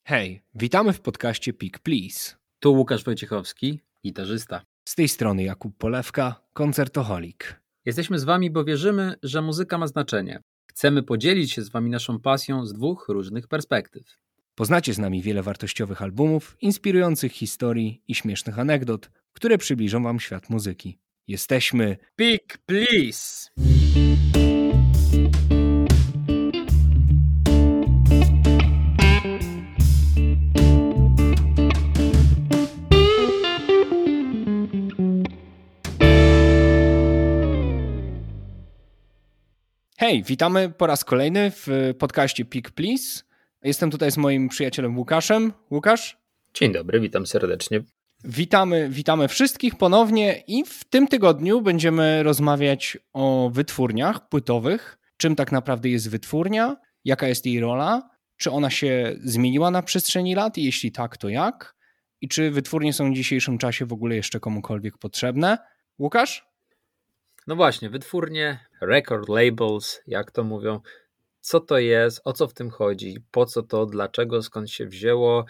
Hej, witamy w podcaście Pick Please. Tu Łukasz Wojciechowski, gitarzysta. Z tej strony Jakub Polewka, koncertoholik. Jesteśmy z wami, bo wierzymy, że muzyka ma znaczenie. Chcemy podzielić się z wami naszą pasją z dwóch różnych perspektyw. Poznacie z nami wiele wartościowych albumów, inspirujących historii i śmiesznych anegdot, które przybliżą wam świat muzyki. Jesteśmy Pick Please! Hej, witamy po raz kolejny w podcaście Pick Please. Jestem tutaj z moim przyjacielem Łukaszem. Łukasz? Dzień dobry, witam serdecznie. Witamy wszystkich ponownie i w tym tygodniu będziemy rozmawiać o wytwórniach płytowych. Czym tak naprawdę jest wytwórnia? Jaka jest jej rola? Czy ona się zmieniła na przestrzeni lat? I jeśli tak, to jak? I czy wytwórnie są w dzisiejszym czasie w ogóle jeszcze komukolwiek potrzebne? Łukasz? No właśnie, wytwórnie, record labels, jak to mówią. Co to jest? O co w tym chodzi? Po co to? Dlaczego? Skąd się wzięło?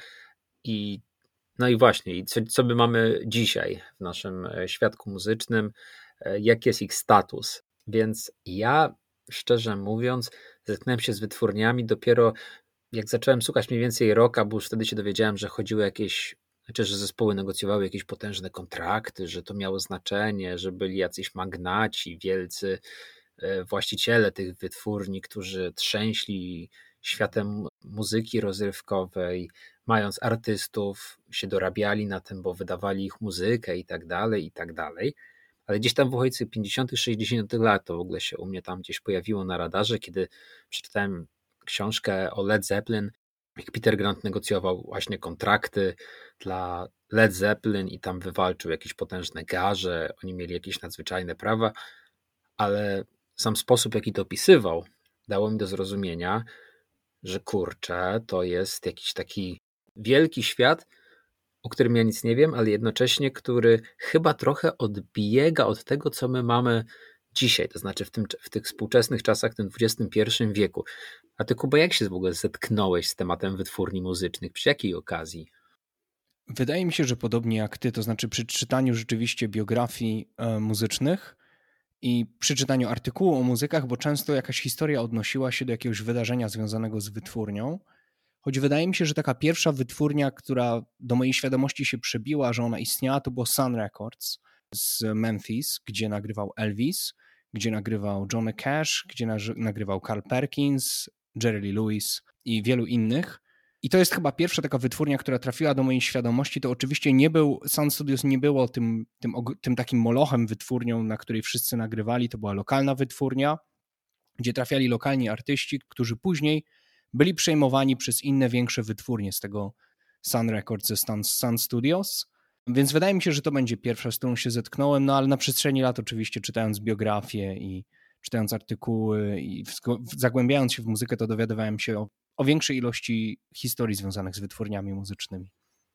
No i właśnie, co my mamy dzisiaj w naszym świadku muzycznym? Jaki jest ich status? Więc ja, szczerze mówiąc, zetknąłem się z wytwórniami dopiero jak zacząłem słuchać mniej więcej rocka, bo już wtedy się dowiedziałem, że chodziły jakieś, że zespoły negocjowały jakieś potężne kontrakty, że to miało znaczenie, że byli jacyś magnaci, wielcy właściciele tych wytwórni, którzy trzęśli światem muzyki rozrywkowej, mając artystów, się dorabiali na tym, bo wydawali ich muzykę i tak dalej, i tak dalej. Ale gdzieś tam w okolicy 50., 60. lat to w ogóle się u mnie tam gdzieś pojawiło na radarze, kiedy przeczytałem książkę o Led Zeppelin, jak Peter Grant negocjował właśnie kontrakty dla Led Zeppelin i tam wywalczył jakieś potężne gaże, oni mieli jakieś nadzwyczajne prawa, ale sam sposób, jaki to opisywał, dało mi do zrozumienia, że kurczę, to jest jakiś taki wielki świat, o którym ja nic nie wiem, ale jednocześnie, który chyba trochę odbiega od tego, co my mamy dzisiaj, to znaczy w tych współczesnych czasach, w tym XXI wieku. A ty, Kuba, jak się w ogóle zetknąłeś z tematem wytwórni muzycznych? Przy jakiej okazji? Wydaje mi się, że podobnie jak ty, to znaczy przy czytaniu rzeczywiście biografii muzycznych i przy czytaniu artykułu o muzykach, bo często jakaś historia odnosiła się do jakiegoś wydarzenia związanego z wytwórnią. Choć wydaje mi się, że taka pierwsza wytwórnia, która do mojej świadomości się przebiła, że ona istniała, to było Sun Records z Memphis, gdzie nagrywał Elvis, gdzie nagrywał Johnny Cash, gdzie nagrywał Carl Perkins, Jerry Lee Lewis i wielu innych. I to jest chyba pierwsza taka wytwórnia, która trafiła do mojej świadomości. To oczywiście nie był, Sun Studios nie było tym takim molochem wytwórnią, na której wszyscy nagrywali. To była lokalna wytwórnia, gdzie trafiali lokalni artyści, którzy później byli przejmowani przez inne większe wytwórnie z tego Sun Records, ze Sun Studios. Więc wydaje mi się, że to będzie pierwsza, z którą się zetknąłem, no ale na przestrzeni lat oczywiście czytając biografię i czytając artykuły i zagłębiając się w muzykę, to dowiadywałem się o większej ilości historii związanych z wytwórniami muzycznymi.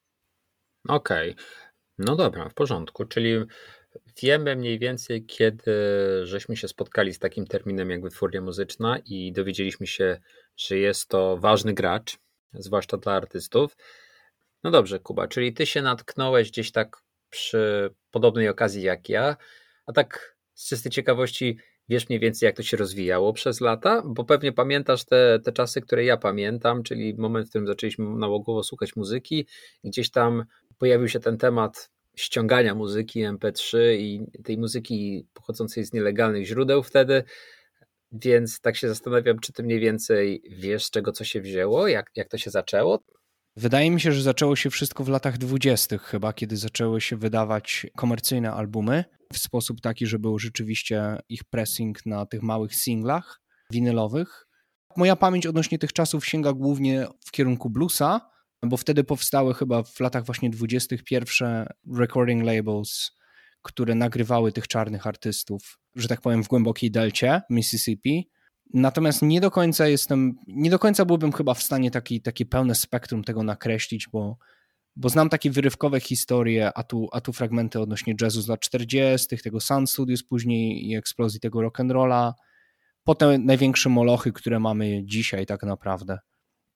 Okej. No dobra, w porządku, czyli wiemy mniej więcej, kiedy żeśmy się spotkali z takim terminem jak wytwórnia muzyczna i dowiedzieliśmy się, że jest to ważny gracz, zwłaszcza dla artystów. No dobrze, Kuba, czyli ty się natknąłeś gdzieś tak przy podobnej okazji jak ja, a tak z czystej ciekawości wiesz mniej więcej, jak to się rozwijało przez lata, bo pewnie pamiętasz te czasy, które ja pamiętam, czyli moment, w którym zaczęliśmy nałogowo słuchać muzyki, gdzieś tam pojawił się ten temat ściągania muzyki MP3 i tej muzyki pochodzącej z nielegalnych źródeł wtedy, więc tak się zastanawiam, czy ty mniej więcej wiesz, z czego co się wzięło, jak to się zaczęło? Wydaje mi się, że zaczęło się wszystko w latach 20. chyba, kiedy zaczęły się wydawać komercyjne albumy w sposób taki, że był rzeczywiście ich pressing na tych małych singlach winylowych. Moja pamięć odnośnie tych czasów sięga głównie w kierunku bluesa, bo wtedy powstały chyba w latach właśnie 20. pierwsze recording labels, które nagrywały tych czarnych artystów, że tak powiem, w głębokiej delcie Mississippi. Natomiast nie do końca byłbym chyba w stanie takie pełne spektrum tego nakreślić, bo znam takie wyrywkowe historie, a tu fragmenty odnośnie jazzu z lat 40., tego Sun Studios później i eksplozji tego rock'n'rolla, potem największe molochy, które mamy dzisiaj tak naprawdę.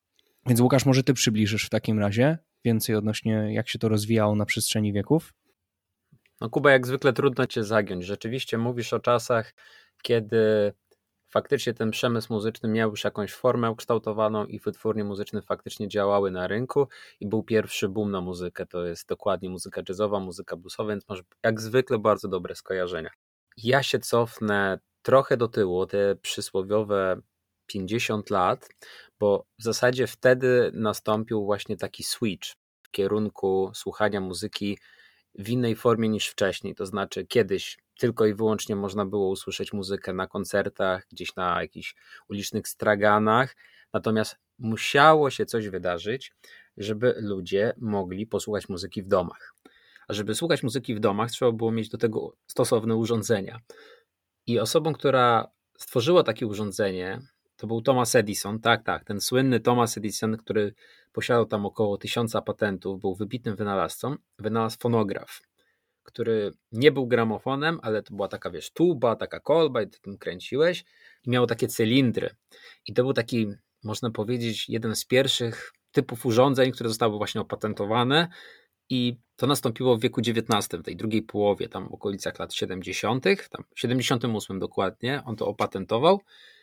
Więc Łukasz, może ty przybliżysz w takim razie więcej odnośnie jak się to rozwijało na przestrzeni wieków? No Kuba, jak zwykle trudno cię zagiąć. Rzeczywiście mówisz o czasach, kiedy faktycznie ten przemysł muzyczny miał już jakąś formę ukształtowaną i wytwórnie muzyczne faktycznie działały na rynku i był pierwszy boom na muzykę. To jest dokładnie muzyka jazzowa, muzyka bluesowa, więc masz jak zwykle bardzo dobre skojarzenia. Ja się cofnę trochę do tyłu, te przysłowiowe 50 lat, bo w zasadzie wtedy nastąpił właśnie taki switch w kierunku słuchania muzyki w innej formie niż wcześniej. To znaczy kiedyś tylko i wyłącznie można było usłyszeć muzykę na koncertach, gdzieś na jakichś ulicznych straganach, natomiast musiało się coś wydarzyć, żeby ludzie mogli posłuchać muzyki w domach. A żeby słuchać muzyki w domach, trzeba było mieć do tego stosowne urządzenia. I osobą, która stworzyła takie urządzenie, to był Thomas Edison, tak, ten słynny Thomas Edison, który posiadał tam około 1000 patentów, był wybitnym wynalazcą, wynalazł fonograf, który nie był gramofonem, ale to była taka, tuba, taka kolba i ty tym kręciłeś i miało takie cylindry. I to był taki, można powiedzieć, jeden z pierwszych typów urządzeń, które zostały właśnie opatentowane i to nastąpiło w wieku XIX, w tej drugiej połowie, tam w okolicach lat 70., tam w 78 dokładnie, on to opatentował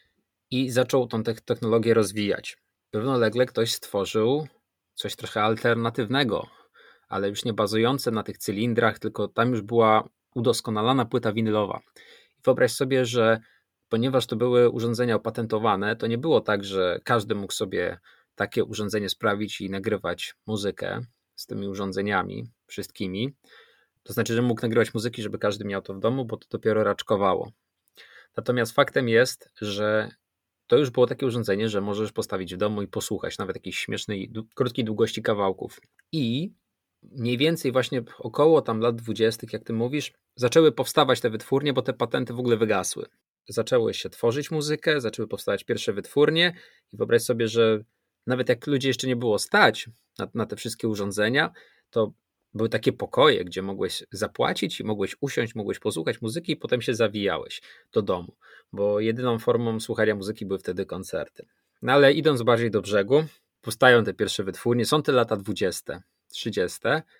i zaczął tą technologię rozwijać. Równolegle ktoś stworzył coś trochę alternatywnego, ale już nie bazujące na tych cylindrach, tylko tam już była udoskonalana płyta winylowa. I wyobraź sobie, że ponieważ to były urządzenia opatentowane, to nie było tak, że każdy mógł sobie takie urządzenie sprawić i nagrywać muzykę z tymi urządzeniami wszystkimi. To znaczy, że mógł nagrywać muzyki, żeby każdy miał to w domu, bo to dopiero raczkowało. Natomiast faktem jest, że to już było takie urządzenie, że możesz postawić w domu i posłuchać nawet jakiejś śmiesznej, krótkiej długości kawałków. I mniej więcej właśnie około tam lat 20., jak ty mówisz, zaczęły powstawać te wytwórnie, bo te patenty w ogóle wygasły. Zaczęły się tworzyć muzykę, zaczęły powstawać pierwsze wytwórnie i wyobraź sobie, że nawet jak ludzi jeszcze nie było stać na te wszystkie urządzenia, to były takie pokoje, gdzie mogłeś zapłacić i mogłeś usiąść, mogłeś posłuchać muzyki i potem się zawijałeś do domu, bo jedyną formą słuchania muzyki były wtedy koncerty. No ale idąc bardziej do brzegu, powstają te pierwsze wytwórnie, są te lata 20., 30.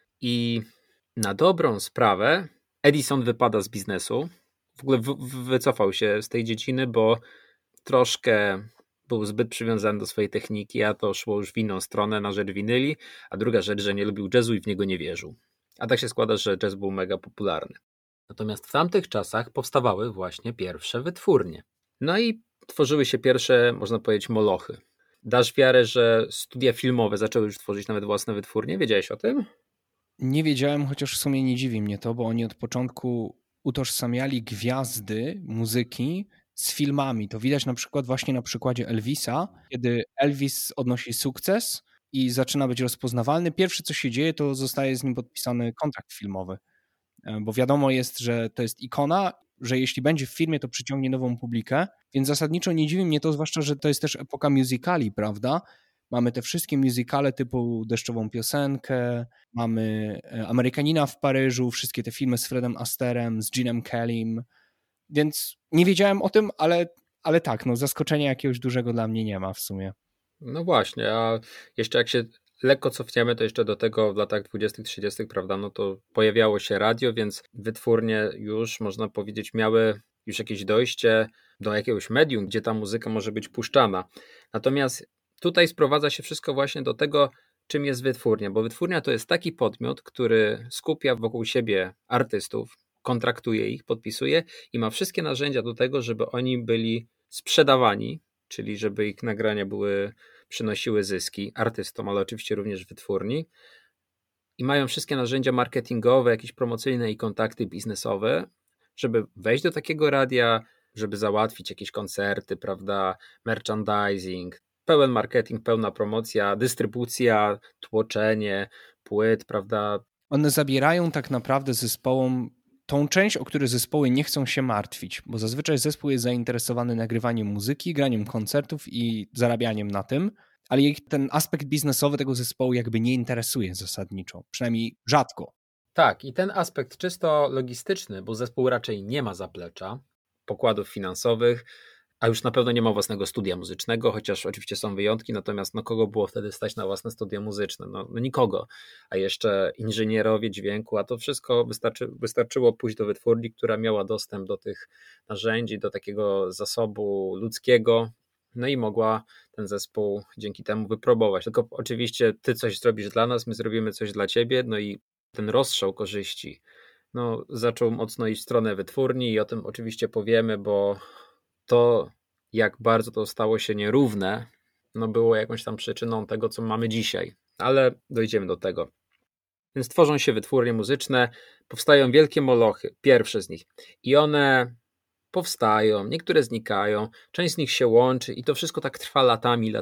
i na dobrą sprawę Edison wypada z biznesu, w ogóle wycofał się z tej dziedziny, bo troszkę był zbyt przywiązany do swojej techniki, a to szło już w inną stronę na rzecz winyli, a druga rzecz, że nie lubił jazzu i w niego nie wierzył. A tak się składa, że jazz był mega popularny. Natomiast w tamtych czasach powstawały właśnie pierwsze wytwórnie. No i tworzyły się pierwsze, można powiedzieć, molochy. Dasz wiarę, że studia filmowe zaczęły już tworzyć nawet własne wytwórnie? Wiedziałeś o tym? Nie wiedziałem, chociaż w sumie nie dziwi mnie to, bo oni od początku utożsamiali gwiazdy muzyki z filmami. To widać na przykład właśnie na przykładzie Elvisa, kiedy Elvis odnosi sukces i zaczyna być rozpoznawalny. Pierwsze co się dzieje, to zostaje z nim podpisany kontrakt filmowy, bo wiadomo jest, że to jest ikona, że jeśli będzie w filmie, to przyciągnie nową publikę, więc zasadniczo nie dziwi mnie to, zwłaszcza, że to jest też epoka musicali, prawda? Mamy te wszystkie musicale typu Deszczową piosenkę, mamy Amerykanina w Paryżu, wszystkie te filmy z Fredem Asterem, z Genem Kellym, więc nie wiedziałem o tym, ale tak, no zaskoczenia jakiegoś dużego dla mnie nie ma w sumie. No właśnie, a jeszcze jak się lekko cofniemy, to jeszcze do tego w latach 20., 30., prawda, no to pojawiało się radio, więc wytwórnie już, można powiedzieć, miały już jakieś dojście do jakiegoś medium, gdzie ta muzyka może być puszczana. Natomiast tutaj sprowadza się wszystko właśnie do tego, czym jest wytwórnia, bo wytwórnia to jest taki podmiot, który skupia wokół siebie artystów, kontraktuje ich, podpisuje i ma wszystkie narzędzia do tego, żeby oni byli sprzedawani, czyli żeby ich nagrania przynosiły zyski artystom, ale oczywiście również wytwórni i mają wszystkie narzędzia marketingowe, jakieś promocyjne i kontakty biznesowe, żeby wejść do takiego radia, żeby załatwić jakieś koncerty, prawda, merchandising, pełen marketing, pełna promocja, dystrybucja, tłoczenie płyt, prawda. One zabierają tak naprawdę zespołom tą część, o której zespoły nie chcą się martwić, bo zazwyczaj zespół jest zainteresowany nagrywaniem muzyki, graniem koncertów i zarabianiem na tym, ale ich ten aspekt biznesowy tego zespołu jakby nie interesuje zasadniczo, przynajmniej rzadko. Tak, i ten aspekt czysto logistyczny, bo zespół raczej nie ma zaplecza, pokładów finansowych, a już na pewno nie ma własnego studia muzycznego, chociaż oczywiście są wyjątki, natomiast no kogo było wtedy stać na własne studia muzyczne? No nikogo, a jeszcze inżynierowie dźwięku, a to wszystko wystarczyło pójść do wytwórni, która miała dostęp do tych narzędzi, do takiego zasobu ludzkiego, no i mogła ten zespół dzięki temu wypróbować. Tylko oczywiście ty coś zrobisz dla nas, my zrobimy coś dla ciebie, no i ten rozstrzał korzyści no, zaczął mocno iść w stronę wytwórni i o tym oczywiście powiemy, bo to, jak bardzo to stało się nierówne, no było jakąś tam przyczyną tego, co mamy dzisiaj, ale dojdziemy do tego. Więc tworzą się wytwórnie muzyczne, powstają wielkie molochy, pierwsze z nich, i one powstają, niektóre znikają, część z nich się łączy i to wszystko tak trwa latami.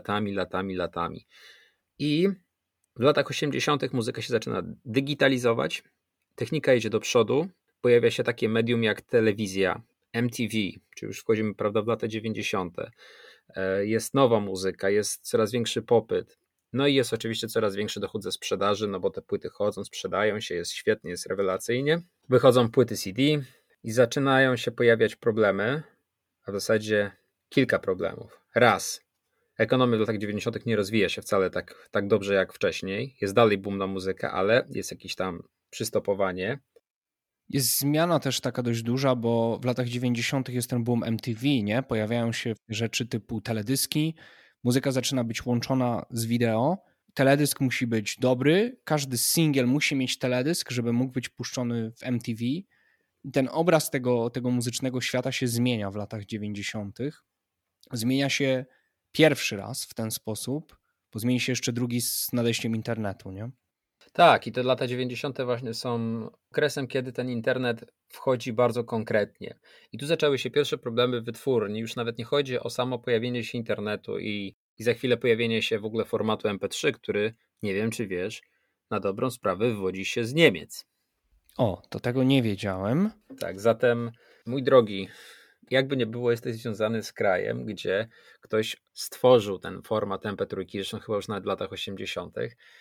I w latach 80. muzyka się zaczyna digitalizować, technika idzie do przodu, pojawia się takie medium jak telewizja, MTV, czy już wchodzimy, prawda, w lata 90. Jest nowa muzyka, jest coraz większy popyt. No i jest oczywiście coraz większy dochód ze sprzedaży, no bo te płyty chodzą, sprzedają się, jest świetnie, jest rewelacyjnie. Wychodzą płyty CD i zaczynają się pojawiać problemy, a w zasadzie kilka problemów. Raz, ekonomia w latach 90. nie rozwija się wcale tak dobrze jak wcześniej. Jest dalej boom na muzykę, ale jest jakieś tam przystopowanie. Jest zmiana też taka dość duża, bo w latach 90. jest ten boom MTV, nie? Pojawiają się rzeczy typu teledyski, muzyka zaczyna być łączona z wideo, teledysk musi być dobry, każdy singiel musi mieć teledysk, żeby mógł być puszczony w MTV. Ten obraz tego muzycznego świata się zmienia w latach 90. Zmienia się pierwszy raz w ten sposób, bo zmieni się jeszcze drugi z nadejściem internetu, nie? Tak, i te lata 90. właśnie są okresem, kiedy ten internet wchodzi bardzo konkretnie. I tu zaczęły się pierwsze problemy wytwórni. Już nawet nie chodzi o samo pojawienie się internetu i za chwilę pojawienie się w ogóle formatu MP3, który, nie wiem czy wiesz, na dobrą sprawę wywodzi się z Niemiec. O, to tego nie wiedziałem. Tak, zatem mój drogi, jakby nie było, jesteś związany z krajem, gdzie ktoś stworzył ten format MP3, zresztą chyba już nawet w latach 80.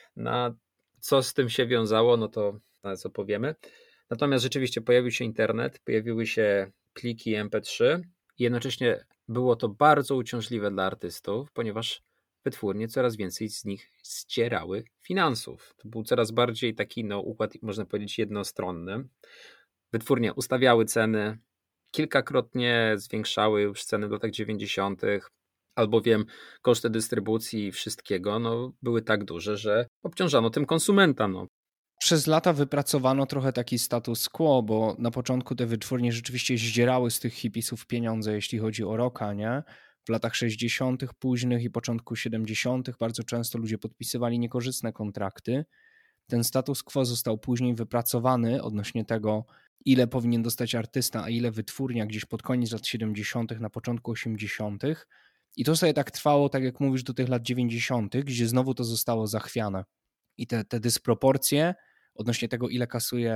Co z tym się wiązało, no to na co powiemy. Natomiast rzeczywiście pojawił się internet, pojawiły się pliki MP3 i jednocześnie było to bardzo uciążliwe dla artystów, ponieważ wytwórnie coraz więcej z nich ścierały finansów. To był coraz bardziej taki układ, można powiedzieć, jednostronny. Wytwórnie ustawiały ceny, kilkakrotnie zwiększały już ceny w latach 90., albowiem koszty dystrybucji i wszystkiego były tak duże, że obciążano tym konsumenta. Przez lata wypracowano trochę taki status quo, bo na początku te wytwórnie rzeczywiście zdzierały z tych hipisów pieniądze, jeśli chodzi o rocka, nie? W latach 60. późnych i początku 70. bardzo często ludzie podpisywali niekorzystne kontrakty. Ten status quo został później wypracowany odnośnie tego, ile powinien dostać artysta, a ile wytwórnia gdzieś pod koniec lat 70., na początku 80. I to sobie tak trwało, tak jak mówisz, do tych lat 90., gdzie znowu to zostało zachwiane. I te dysproporcje odnośnie tego, ile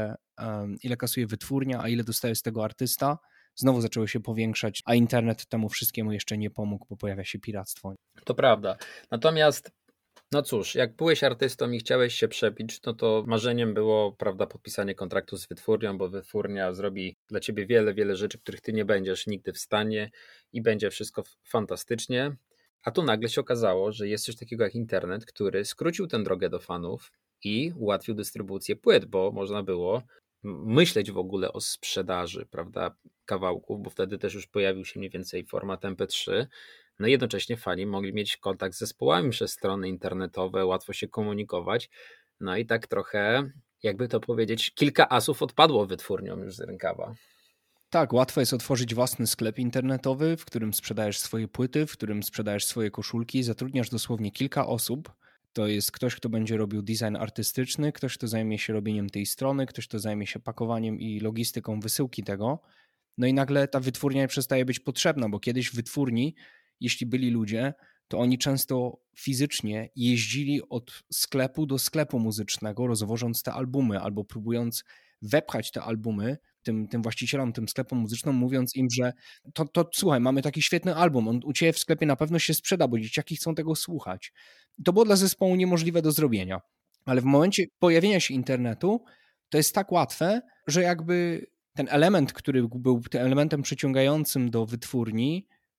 kasuje wytwórnia, a ile dostaje z tego artysta, znowu zaczęły się powiększać, a internet temu wszystkiemu jeszcze nie pomógł, bo pojawia się piractwo. To prawda. Natomiast no cóż, jak byłeś artystą i chciałeś się przebić, no to marzeniem było, prawda, podpisanie kontraktu z wytwórnią, bo wytwórnia zrobi dla ciebie wiele rzeczy, których ty nie będziesz nigdy w stanie i będzie wszystko fantastycznie. A tu nagle się okazało, że jest coś takiego jak internet, który skrócił tę drogę do fanów i ułatwił dystrybucję płyt, bo można było myśleć w ogóle o sprzedaży, prawda, kawałków, bo wtedy też już pojawił się mniej więcej format MP3. No i jednocześnie fani mogli mieć kontakt z zespołami przez strony internetowe, łatwo się komunikować. No i tak trochę, jakby to powiedzieć, kilka asów odpadło wytwórniom już z rękawa. Tak, łatwo jest otworzyć własny sklep internetowy, w którym sprzedajesz swoje płyty, w którym sprzedajesz swoje koszulki, zatrudniasz dosłownie kilka osób. To jest ktoś, kto będzie robił design artystyczny, ktoś, kto zajmie się robieniem tej strony, ktoś, kto zajmie się pakowaniem i logistyką wysyłki tego. No i nagle ta wytwórnia przestaje być potrzebna, bo kiedyś w wytwórni, jeśli byli ludzie, to oni często fizycznie jeździli od sklepu do sklepu muzycznego, rozwożąc te albumy albo próbując wepchać te albumy tym właścicielom, tym sklepom muzycznym, mówiąc im, że to słuchaj, mamy taki świetny album, on u ciebie w sklepie na pewno się sprzeda, bo dzieciaki chcą tego słuchać. To było dla zespołu niemożliwe do zrobienia. Ale w momencie pojawienia się internetu to jest tak łatwe, że jakby ten element, który był tym elementem przyciągającym do wytwórni,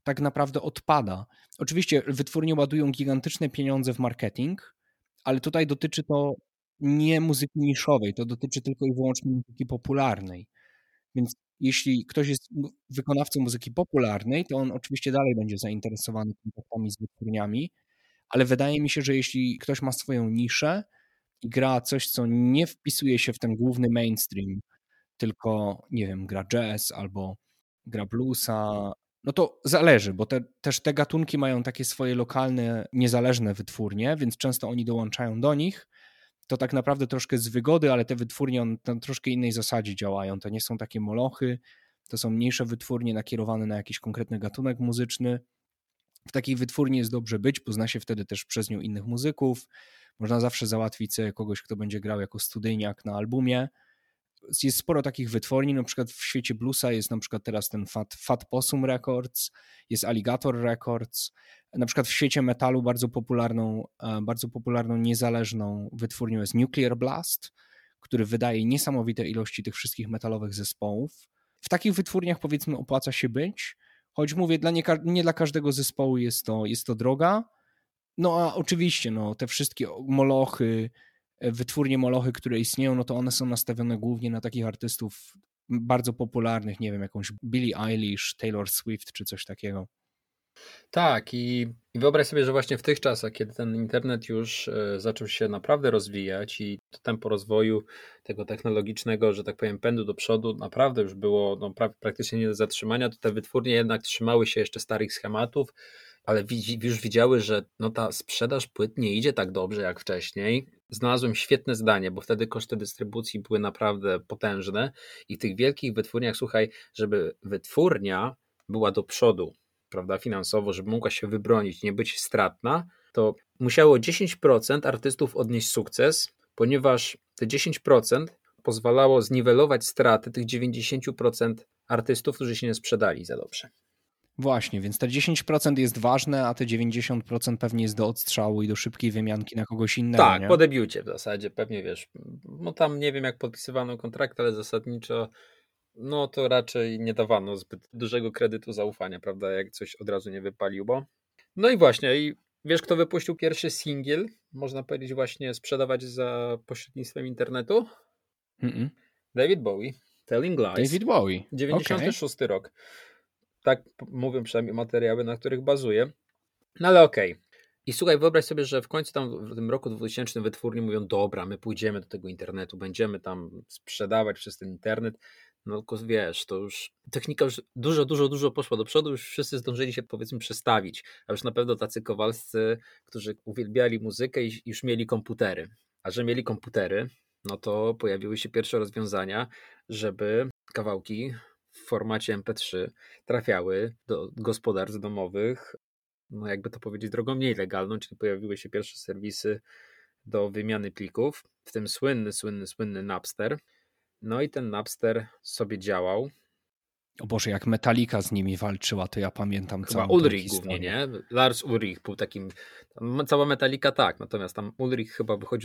tak naprawdę odpada. Oczywiście wytwórnie ładują gigantyczne pieniądze w marketing, ale tutaj dotyczy to nie muzyki niszowej, to dotyczy tylko i wyłącznie muzyki popularnej. Więc jeśli ktoś jest wykonawcą muzyki popularnej, to on oczywiście dalej będzie zainteresowany kontaktami z wytwórniami, ale wydaje mi się, że jeśli ktoś ma swoją niszę i gra coś, co nie wpisuje się w ten główny mainstream, tylko, nie wiem, gra jazz albo gra bluesa, no to zależy, bo też te gatunki mają takie swoje lokalne, niezależne wytwórnie, więc często oni dołączają do nich. To tak naprawdę troszkę z wygody, ale te wytwórnie na troszkę innej zasadzie działają. To nie są takie molochy, to są mniejsze wytwórnie nakierowane na jakiś konkretny gatunek muzyczny. W takiej wytwórni jest dobrze być, bo zna się wtedy też przez nią innych muzyków. Można zawsze załatwić sobie kogoś, kto będzie grał jako studyjniak na albumie. Jest sporo takich wytwórni, na przykład w świecie bluesa jest na przykład teraz ten Fat Possum Records, jest Alligator Records. Na przykład w świecie metalu bardzo popularną niezależną wytwórnią jest Nuclear Blast, który wydaje niesamowite ilości tych wszystkich metalowych zespołów. W takich wytwórniach, powiedzmy, opłaca się być, choć mówię, nie dla każdego zespołu jest to droga. No a oczywiście te wszystkie molochy, wytwórnie molochy, które istnieją, no to one są nastawione głównie na takich artystów bardzo popularnych, nie wiem, jakąś Billie Eilish, Taylor Swift czy coś takiego. Tak, i wyobraź sobie, że właśnie w tych czasach, kiedy ten internet już zaczął się naprawdę rozwijać i to tempo rozwoju tego technologicznego, że tak powiem, pędu do przodu naprawdę już było praktycznie nie do zatrzymania, to te wytwórnie jednak trzymały się jeszcze starych schematów, ale już widziały, że ta sprzedaż płyt nie idzie tak dobrze jak wcześniej. Znalazłem świetne zdanie, bo wtedy koszty dystrybucji były naprawdę potężne i w tych wielkich wytwórniach, słuchaj, żeby wytwórnia była do przodu, prawda, finansowo, żeby mogła się wybronić, nie być stratna, to musiało 10% artystów odnieść sukces, ponieważ te 10% pozwalało zniwelować straty tych 90% artystów, którzy się nie sprzedali za dobrze. Właśnie, więc te 10% jest ważne, a te 90% pewnie jest do odstrzału i do szybkiej wymianki na kogoś innego. Tak, nie? po debiucie w zasadzie, pewnie wiesz, tam nie wiem jak podpisywano kontrakt, ale zasadniczo to raczej nie dawano zbyt dużego kredytu zaufania, prawda, jak coś od razu nie wypaliło. No i właśnie, i wiesz kto wypuścił pierwszy singiel, można powiedzieć właśnie sprzedawać za pośrednictwem internetu? David Bowie, Telling Lies. David Bowie, 96 rok. Tak mówią przynajmniej materiały, na których bazuje. No ale okej. I słuchaj, wyobraź sobie, że w końcu tam w tym roku 2000 wytwórnie mówią, dobra, my pójdziemy do tego internetu, będziemy tam sprzedawać przez ten internet. No tylko wiesz, to już technika już dużo poszła do przodu, już wszyscy zdążyli się powiedzmy przestawić, a już na pewno tacy kowalscy, którzy uwielbiali muzykę i już mieli komputery. A że mieli komputery, no to pojawiły się pierwsze rozwiązania, żeby kawałki w formacie MP3 trafiały do gospodarstw domowych, no jakby to powiedzieć, drogą mniej legalną, czyli pojawiły się pierwsze serwisy do wymiany plików, w tym słynny Napster. No i ten Napster sobie działał. O Boże, jak Metallica z nimi walczyła, to ja pamiętam Chyba całą Ulrich historię. głównie, nie? Lars Ulrich był takim, cała Metallica tak, natomiast tam Ulrich chyba wychodził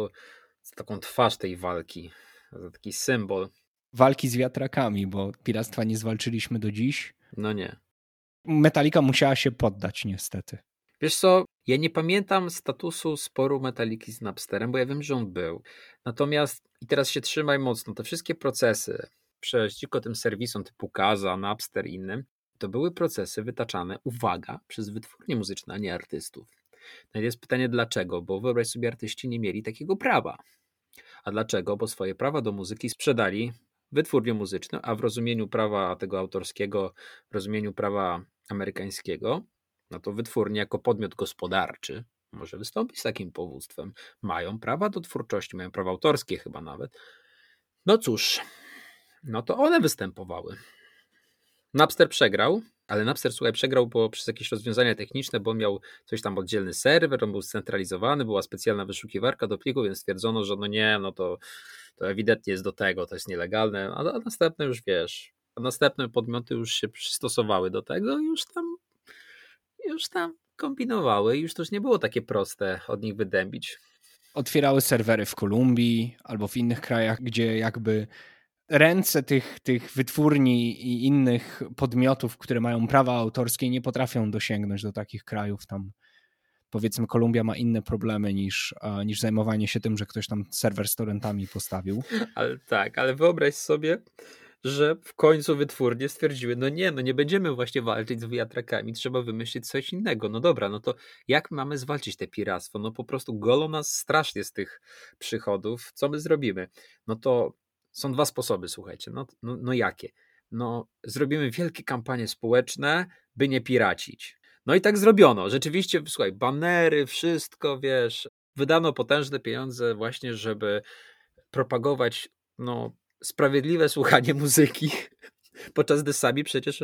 z taką twarz tej walki, taki symbol. Walki z wiatrakami, bo piractwa nie zwalczyliśmy do dziś. No nie. Metallica musiała się poddać niestety. Wiesz co, ja nie pamiętam statusu sporu Metalliki z Napsterem, bo ja wiem, że on był. Natomiast, i teraz się trzymaj mocno, te wszystkie procesy przeciwko tym serwisom typu Kaza, Napster i innym, to były procesy wytaczane, uwaga, przez wytwórnie muzyczne, a nie artystów. No i jest pytanie dlaczego, bo wyobraź sobie, artyści nie mieli takiego prawa. A dlaczego? Bo swoje prawa do muzyki sprzedali wytwórniom muzycznym, a w rozumieniu prawa tego autorskiego, w rozumieniu prawa amerykańskiego, no to wytwórnie jako podmiot gospodarczy może wystąpić z takim powództwem. Mają prawa do twórczości, mają prawa autorskie chyba nawet. No cóż, no to one występowały. Napster przegrał, ale Napster, słuchaj, przegrał przez jakieś rozwiązania techniczne, bo on miał coś tam oddzielny serwer, on był scentralizowany, była specjalna wyszukiwarka do plików, więc stwierdzono, że to ewidentnie jest do tego, to jest nielegalne, a następne już wiesz, następne podmioty już się przystosowały do tego i już tam kombinowały, już to już nie było takie proste od nich wydębić. Otwierały serwery w Kolumbii albo w innych krajach, gdzie jakby ręce tych wytwórni i innych podmiotów, które mają prawa autorskie, nie potrafią dosięgnąć do takich krajów. Tam powiedzmy Kolumbia ma inne problemy niż zajmowanie się tym, że ktoś tam serwer z torrentami postawił. Ale wyobraź sobie, że w końcu wytwórnie stwierdziły, nie będziemy właśnie walczyć z wiatrakami, trzeba wymyślić coś innego. No dobra, no to jak mamy zwalczyć te piractwo? No po prostu golą nas strasznie z tych przychodów. Co my zrobimy? No to są dwa sposoby, słuchajcie. No jakie? No zrobimy wielkie kampanie społeczne, by nie piracić. No i tak zrobiono. Rzeczywiście, słuchaj, banery, wszystko, wiesz, wydano potężne pieniądze właśnie, żeby propagować sprawiedliwe słuchanie muzyki, podczas gdy sami przecież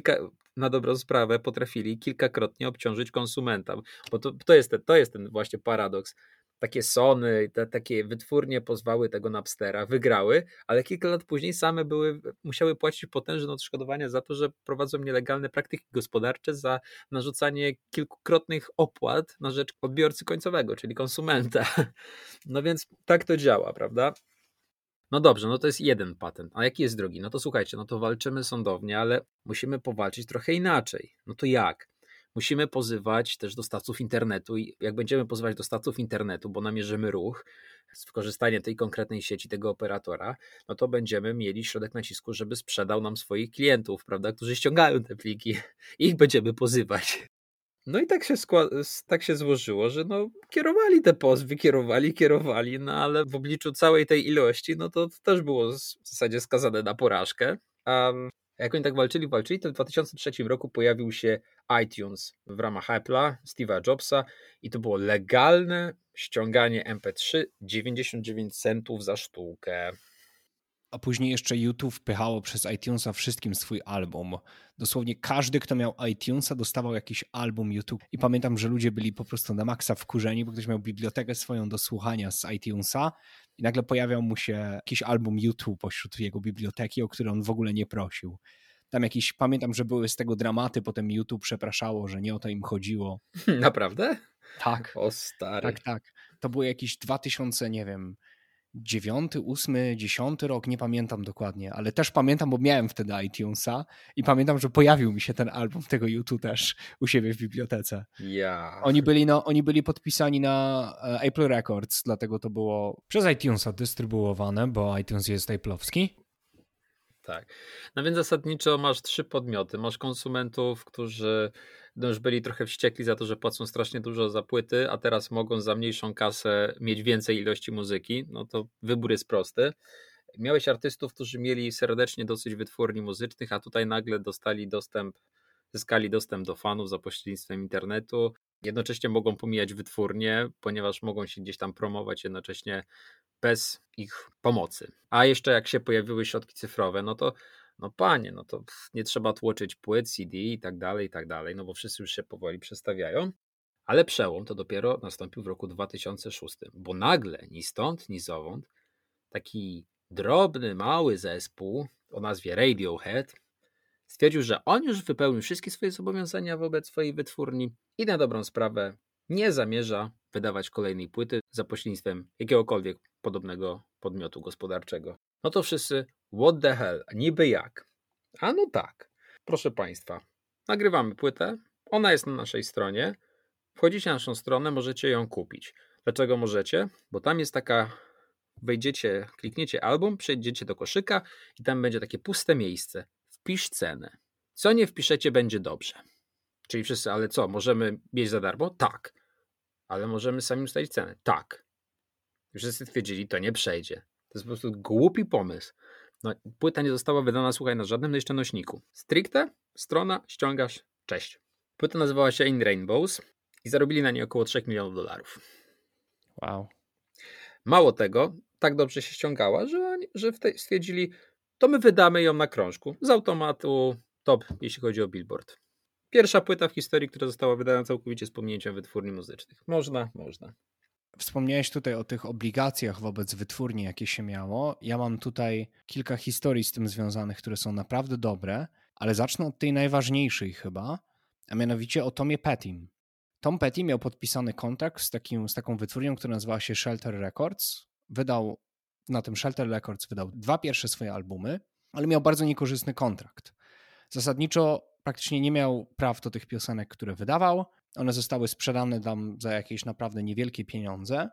na dobrą sprawę potrafili kilkakrotnie obciążyć konsumenta, bo to jest ten właśnie paradoks. Takie Sony, takie wytwórnie pozwały tego Napstera, wygrały, ale kilka lat później same musiały płacić potężne odszkodowania za to, że prowadzą nielegalne praktyki gospodarcze, za narzucanie kilkukrotnych opłat na rzecz odbiorcy końcowego, czyli konsumenta. No więc tak to działa, prawda? No dobrze, no to jest jeden patent. A jaki jest drugi? No to słuchajcie, no to walczymy sądownie, ale musimy powalczyć trochę inaczej. No to jak? Musimy pozywać też dostawców internetu i jak będziemy pozywać dostawców internetu, bo namierzymy ruch, wykorzystanie tej konkretnej sieci, tego operatora, no to będziemy mieli środek nacisku, żeby sprzedał nam swoich klientów, prawda, którzy ściągają te pliki. Ich będziemy pozywać. No i tak się złożyło, że kierowali te pozwy, kierowali, no ale w obliczu całej tej ilości, no to też było w zasadzie skazane na porażkę. A jak oni tak walczyli, to w 2003 roku pojawił się iTunes w ramach Apple'a, Steve'a Jobsa i to było legalne ściąganie MP3 99 centów za sztukę. A później jeszcze YouTube wpychało przez iTunesa wszystkim swój album. Dosłownie każdy, kto miał iTunesa, dostawał jakiś album YouTube. I pamiętam, że ludzie byli po prostu na maksa wkurzeni, bo ktoś miał bibliotekę swoją do słuchania z iTunesa i nagle pojawiał mu się jakiś album YouTube pośród jego biblioteki, o który on w ogóle nie prosił. Tam pamiętam, że były z tego dramaty, potem YouTube przepraszało, że nie o to im chodziło. Naprawdę? Tak. O stary. Tak. To było jakiś 2000, nie wiem, 9, 8, 10 rok, nie pamiętam dokładnie, ale też pamiętam, bo miałem wtedy iTunesa i pamiętam, że pojawił mi się ten album tego YouTube też u siebie w bibliotece. Ja. Oni byli podpisani na Apple Records, dlatego to było przez iTunesa dystrybuowane, bo iTunes jest Apple'owski. Tak. No więc zasadniczo masz 3 podmioty. Masz konsumentów, którzy już byli trochę wściekli za to, że płacą strasznie dużo za płyty, a teraz mogą za mniejszą kasę mieć więcej ilości muzyki. No to wybór jest prosty. Miałeś artystów, którzy mieli serdecznie dosyć wytwórni muzycznych, a tutaj nagle zyskali dostęp do fanów za pośrednictwem internetu. Jednocześnie mogą pomijać wytwórnie, ponieważ mogą się gdzieś tam promować jednocześnie bez ich pomocy. A jeszcze jak się pojawiły środki cyfrowe, no to nie trzeba tłoczyć płyt, CD i tak dalej, no bo wszyscy już się powoli przestawiają. Ale przełom to dopiero nastąpił w roku 2006, bo nagle, ni stąd, ni zowąd, taki drobny, mały zespół o nazwie Radiohead stwierdził, że on już wypełnił wszystkie swoje zobowiązania wobec swojej wytwórni i na dobrą sprawę nie zamierza wydawać kolejnej płyty za pośrednictwem jakiegokolwiek podobnego podmiotu gospodarczego. No to wszyscy, what the hell, niby jak? A no tak, proszę Państwa, nagrywamy płytę, ona jest na naszej stronie, wchodzicie na naszą stronę, możecie ją kupić. Dlaczego możecie? Bo tam jest wejdziecie, klikniecie album, przejdziecie do koszyka i tam będzie takie puste miejsce. Wpisz cenę. Co nie wpiszecie, będzie dobrze. Czyli wszyscy, ale co, możemy mieć za darmo? Tak. Ale możemy sami ustalić cenę? Tak. Wszyscy twierdzili, to nie przejdzie. To jest po prostu głupi pomysł. No, płyta nie została wydana, słuchaj, na żadnym jeszcze nośniku. Stricte, strona, ściągasz, cześć. Płyta nazywała się In Rainbows i zarobili na niej około $3 milionów. Wow. Mało tego, tak dobrze się ściągała, że stwierdzili, to my wydamy ją na krążku. Z automatu top, jeśli chodzi o Billboard. Pierwsza płyta w historii, która została wydana całkowicie z pominięciem wytwórni muzycznych. Można. Wspomniałeś tutaj o tych obligacjach wobec wytwórni, jakie się miało. Ja mam tutaj kilka historii z tym związanych, które są naprawdę dobre, ale zacznę od tej najważniejszej chyba, a mianowicie o Tomie Pettym. Tom Petty miał podpisany kontrakt z taką wytwórnią, która nazywała się Shelter Records. Wydał na tym Shelter Records wydał 2 pierwsze swoje albumy, ale miał bardzo niekorzystny kontrakt. Zasadniczo praktycznie nie miał praw do tych piosenek, które wydawał. One zostały sprzedane tam za jakieś naprawdę niewielkie pieniądze.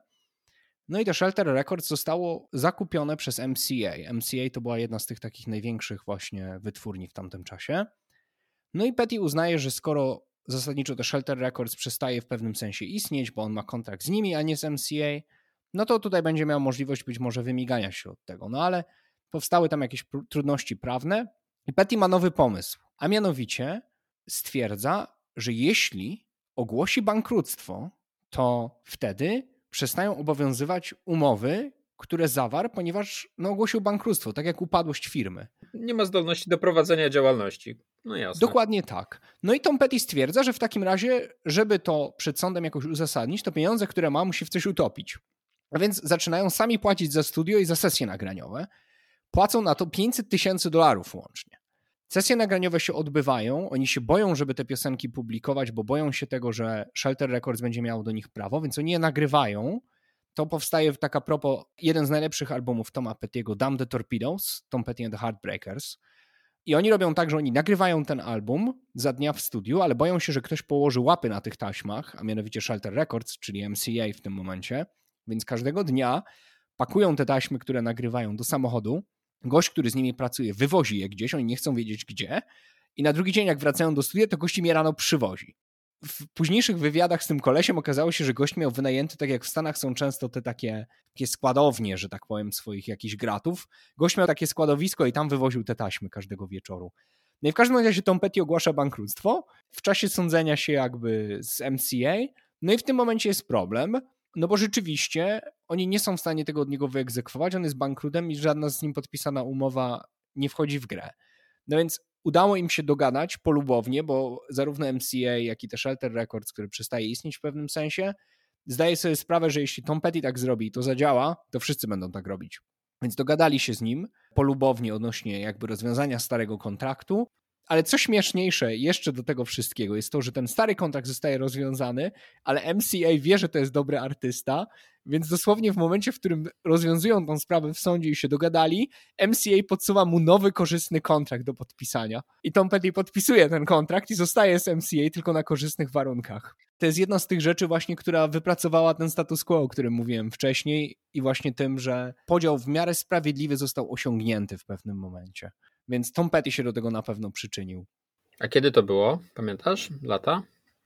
No i to Shelter Records zostało zakupione przez MCA. MCA to była jedna z tych takich największych właśnie wytwórni w tamtym czasie. No i Petty uznaje, że skoro zasadniczo to Shelter Records przestaje w pewnym sensie istnieć, bo on ma kontrakt z nimi, a nie z MCA, no to tutaj będzie miał możliwość być może wymigania się od tego. No ale powstały tam jakieś trudności prawne i Petty ma nowy pomysł, a mianowicie stwierdza, że jeśli ogłosi bankructwo, to wtedy przestają obowiązywać umowy, które zawarł, ponieważ ogłosił bankructwo, tak jak upadłość firmy. Nie ma zdolności do prowadzenia działalności. No jasne. Dokładnie tak. No i Tom Petty stwierdza, że w takim razie, żeby to przed sądem jakoś uzasadnić, to pieniądze, które ma, musi w coś utopić. A więc zaczynają sami płacić za studio i za sesje nagraniowe. Płacą na to $500,000 łącznie. Sesje nagraniowe się odbywają, oni się boją, żeby te piosenki publikować, bo boją się tego, że Shelter Records będzie miało do nich prawo, więc oni je nagrywają. To powstaje tak a propos jeden z najlepszych albumów Toma Petty'ego, Damn the Torpedoes, Tom Petty and the Heartbreakers. I oni robią tak, że oni nagrywają ten album za dnia w studiu, ale boją się, że ktoś położy łapy na tych taśmach, a mianowicie Shelter Records, czyli MCA w tym momencie, więc każdego dnia pakują te taśmy, które nagrywają do samochodu. Gość, który z nimi pracuje, wywozi je gdzieś, oni nie chcą wiedzieć gdzie i na drugi dzień jak wracają do studia, to gość im je rano przywozi. W późniejszych wywiadach z tym kolesiem okazało się, że gość miał wynajęty, tak jak w Stanach są często te takie składownie, że tak powiem, swoich jakichś gratów. Gość miał takie składowisko i tam wywoził te taśmy każdego wieczoru. No i w każdym razie Tom Petty ogłasza bankructwo w czasie sądzenia się jakby z MCA. No i w tym momencie jest problem, no bo rzeczywiście oni nie są w stanie tego od niego wyegzekwować, on jest bankrutem i żadna z nim podpisana umowa nie wchodzi w grę. No więc udało im się dogadać polubownie, bo zarówno MCA, jak i te Shelter Records, który przestaje istnieć w pewnym sensie, zdaje sobie sprawę, że jeśli Tom Petty tak zrobi i to zadziała, to wszyscy będą tak robić. Więc dogadali się z nim polubownie odnośnie jakby rozwiązania starego kontraktu, ale co śmieszniejsze jeszcze do tego wszystkiego jest to, że ten stary kontrakt zostaje rozwiązany, ale MCA wie, że to jest dobry artysta, więc dosłownie w momencie, w którym rozwiązują tą sprawę w sądzie i się dogadali, MCA podsuwa mu nowy, korzystny kontrakt do podpisania. I Tom Petty podpisuje ten kontrakt i zostaje z MCA tylko na korzystnych warunkach. To jest jedna z tych rzeczy właśnie, która wypracowała ten status quo, o którym mówiłem wcześniej i właśnie tym, że podział w miarę sprawiedliwy został osiągnięty w pewnym momencie. Więc Tom Petty się do tego na pewno przyczynił. A kiedy to było? Pamiętasz? Lata?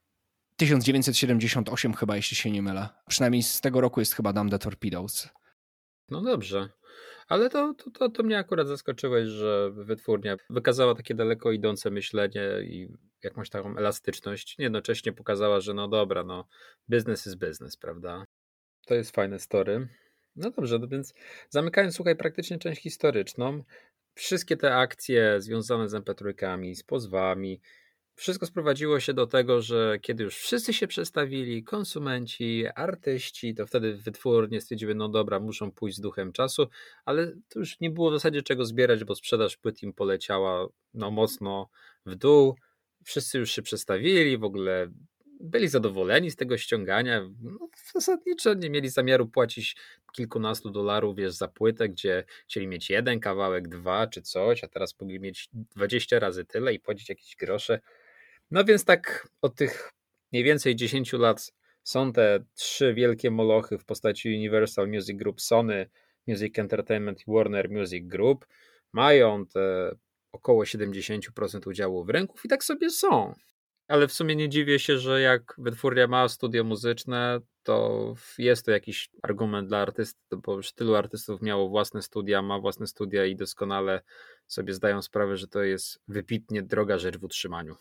1978 chyba, jeśli się nie mylę. Przynajmniej z tego roku jest chyba Damn the Torpedoes. No dobrze. Ale to mnie akurat zaskoczyłeś, że wytwórnia wykazała takie daleko idące myślenie i jakąś taką elastyczność. Jednocześnie pokazała, że no dobra, no business is business, prawda? To jest fajne story. No dobrze, no więc zamykając, słuchaj, praktycznie część historyczną, wszystkie te akcje związane z MP3, z pozwami, wszystko sprowadziło się do tego, że kiedy już wszyscy się przestawili, konsumenci, artyści, to wtedy wytwórnie stwierdziły, no dobra, muszą pójść z duchem czasu, ale to już nie było w zasadzie czego zbierać, bo sprzedaż płyt im poleciała no mocno w dół. Wszyscy już się przestawili, w ogóle byli zadowoleni z tego ściągania. No, zasadniczo nie mieli zamiaru płacić kilkunastu dolarów, wiesz, za płytę, gdzie chcieli mieć jeden kawałek, 2 czy coś, a teraz mogli mieć 20 razy tyle i płacić jakieś grosze. No więc tak od tych mniej więcej 10 lat są te 3 wielkie molochy w postaci Universal Music Group, Sony Music Entertainment i Warner Music Group. Mają te około 70% udziału w rynku i tak sobie są. Ale w sumie nie dziwię się, że jak wytwórnia ma studio muzyczne, to jest to jakiś argument dla artystów, bo już tylu artystów miało własne studia, ma własne studia i doskonale sobie zdają sprawę, że to jest wybitnie droga rzecz w utrzymaniu.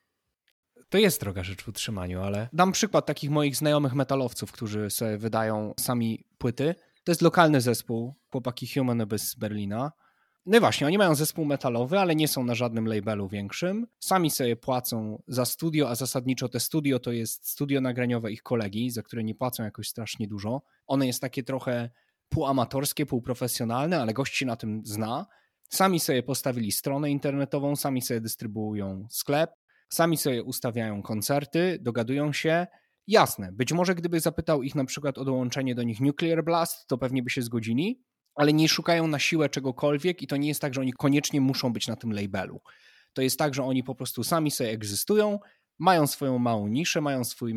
To jest droga rzecz w utrzymaniu, ale dam przykład takich moich znajomych metalowców, którzy sobie wydają sami płyty. To jest lokalny zespół, chłopaki Human Abyss z Berlina. No i właśnie, oni mają zespół metalowy, ale nie są na żadnym labelu większym. Sami sobie płacą za studio, a zasadniczo te studio to jest studio nagraniowe ich kolegi, za które nie płacą jakoś strasznie dużo. One jest takie trochę półamatorskie, półprofesjonalne, ale gość się na tym zna. Sami sobie postawili stronę internetową, sami sobie dystrybuują sklep, sami sobie ustawiają koncerty, dogadują się. Jasne, być może gdyby zapytał ich na przykład o dołączenie do nich Nuclear Blast, to pewnie by się zgodzili, ale nie szukają na siłę czegokolwiek i to nie jest tak, że oni koniecznie muszą być na tym labelu. To jest tak, że oni po prostu sami sobie egzystują, mają swoją małą niszę, mają swój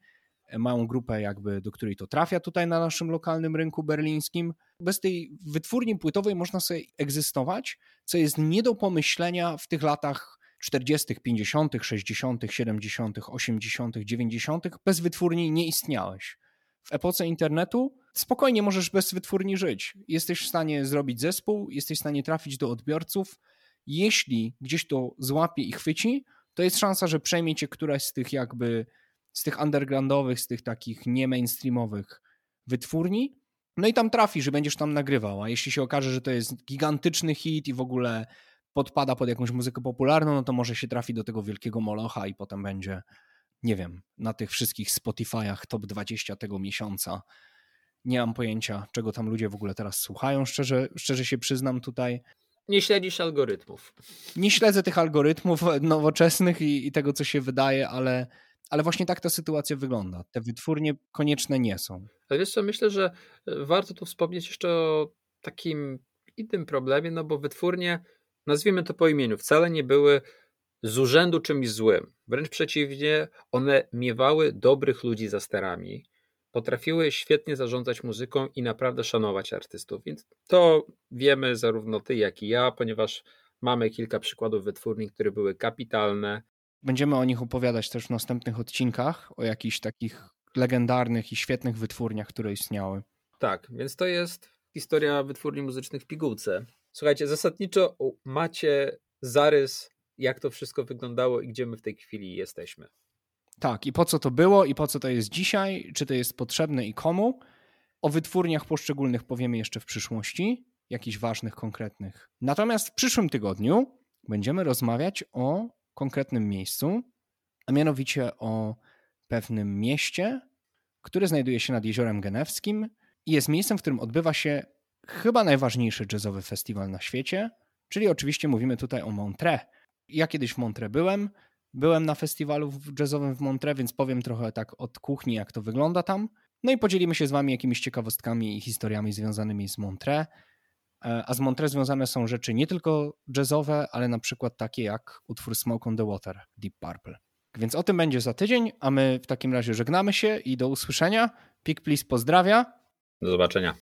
małą grupę jakby, do której to trafia tutaj na naszym lokalnym rynku berlińskim. Bez tej wytwórni płytowej można sobie egzystować, co jest nie do pomyślenia w tych latach 40., 50., 60., 70., 80., 90. Bez wytwórni nie istniałeś. W epoce internetu spokojnie możesz bez wytwórni żyć. Jesteś w stanie zrobić zespół, jesteś w stanie trafić do odbiorców. Jeśli gdzieś to złapie i chwyci, to jest szansa, że przejmie cię któraś z tych jakby z tych undergroundowych, z tych takich nie mainstreamowych wytwórni, no i tam trafisz, że będziesz tam nagrywał, a jeśli się okaże, że to jest gigantyczny hit i w ogóle podpada pod jakąś muzykę popularną, no to może się trafi do tego wielkiego molocha i potem będzie, nie wiem, na tych wszystkich Spotify'ach top 20 tego miesiąca. Nie mam pojęcia, czego tam ludzie w ogóle teraz słuchają, szczerze się przyznam tutaj. Nie śledzisz algorytmów. Nie śledzę tych algorytmów nowoczesnych i tego, co się wydaje, ale właśnie tak ta sytuacja wygląda. Te wytwórnie konieczne nie są. Ale wiesz co, myślę, że warto tu wspomnieć jeszcze o takim innym problemie, no bo wytwórnie, nazwijmy to po imieniu, wcale nie były z urzędu czymś złym. Wręcz przeciwnie, one miewały dobrych ludzi za sterami, potrafiły świetnie zarządzać muzyką i naprawdę szanować artystów. Więc to wiemy zarówno ty, jak i ja, ponieważ mamy kilka przykładów wytwórni, które były kapitalne. Będziemy o nich opowiadać też w następnych odcinkach, o jakichś takich legendarnych i świetnych wytwórniach, które istniały. Tak, więc to jest historia wytwórni muzycznych w pigułce. Słuchajcie, zasadniczo macie zarys, jak to wszystko wyglądało i gdzie my w tej chwili jesteśmy. Tak, i po co to było, i po co to jest dzisiaj, czy to jest potrzebne i komu. O wytwórniach poszczególnych powiemy jeszcze w przyszłości, jakichś ważnych, konkretnych. Natomiast w przyszłym tygodniu będziemy rozmawiać o konkretnym miejscu, a mianowicie o pewnym mieście, które znajduje się nad Jeziorem Genewskim i jest miejscem, w którym odbywa się chyba najważniejszy jazzowy festiwal na świecie, czyli oczywiście mówimy tutaj o Montreux. Ja kiedyś w Montreux byłem na festiwalu jazzowym w Montreux, więc powiem trochę tak od kuchni, jak to wygląda tam. No i podzielimy się z wami jakimiś ciekawostkami i historiami związanymi z Montreux. A z Montreux związane są rzeczy nie tylko jazzowe, ale na przykład takie jak utwór Smoke on the Water, Deep Purple. Więc o tym będzie za tydzień, a my w takim razie żegnamy się i do usłyszenia. Pik Please pozdrawia. Do zobaczenia.